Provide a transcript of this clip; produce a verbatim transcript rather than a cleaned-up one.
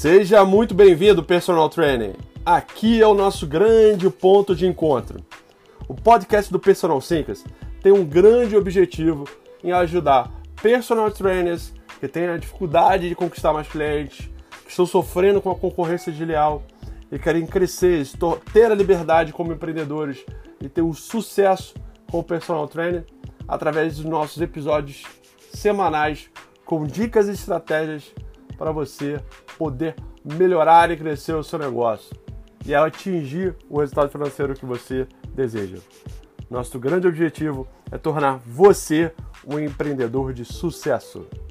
Seja muito bem-vindo, Personal Trainer. Aqui é o nosso grande ponto de encontro. O podcast do Personal Thinkers tem um grande objetivo em ajudar personal trainers que têm a dificuldade de conquistar mais clientes, que estão sofrendo com a concorrência desleal e querem crescer, ter a liberdade como empreendedores e ter um sucesso como personal trainer através dos nossos episódios semanais com dicas e estratégias para você poder melhorar e crescer o seu negócio e atingir o resultado financeiro que você deseja. Nosso grande objetivo é tornar você um empreendedor de sucesso.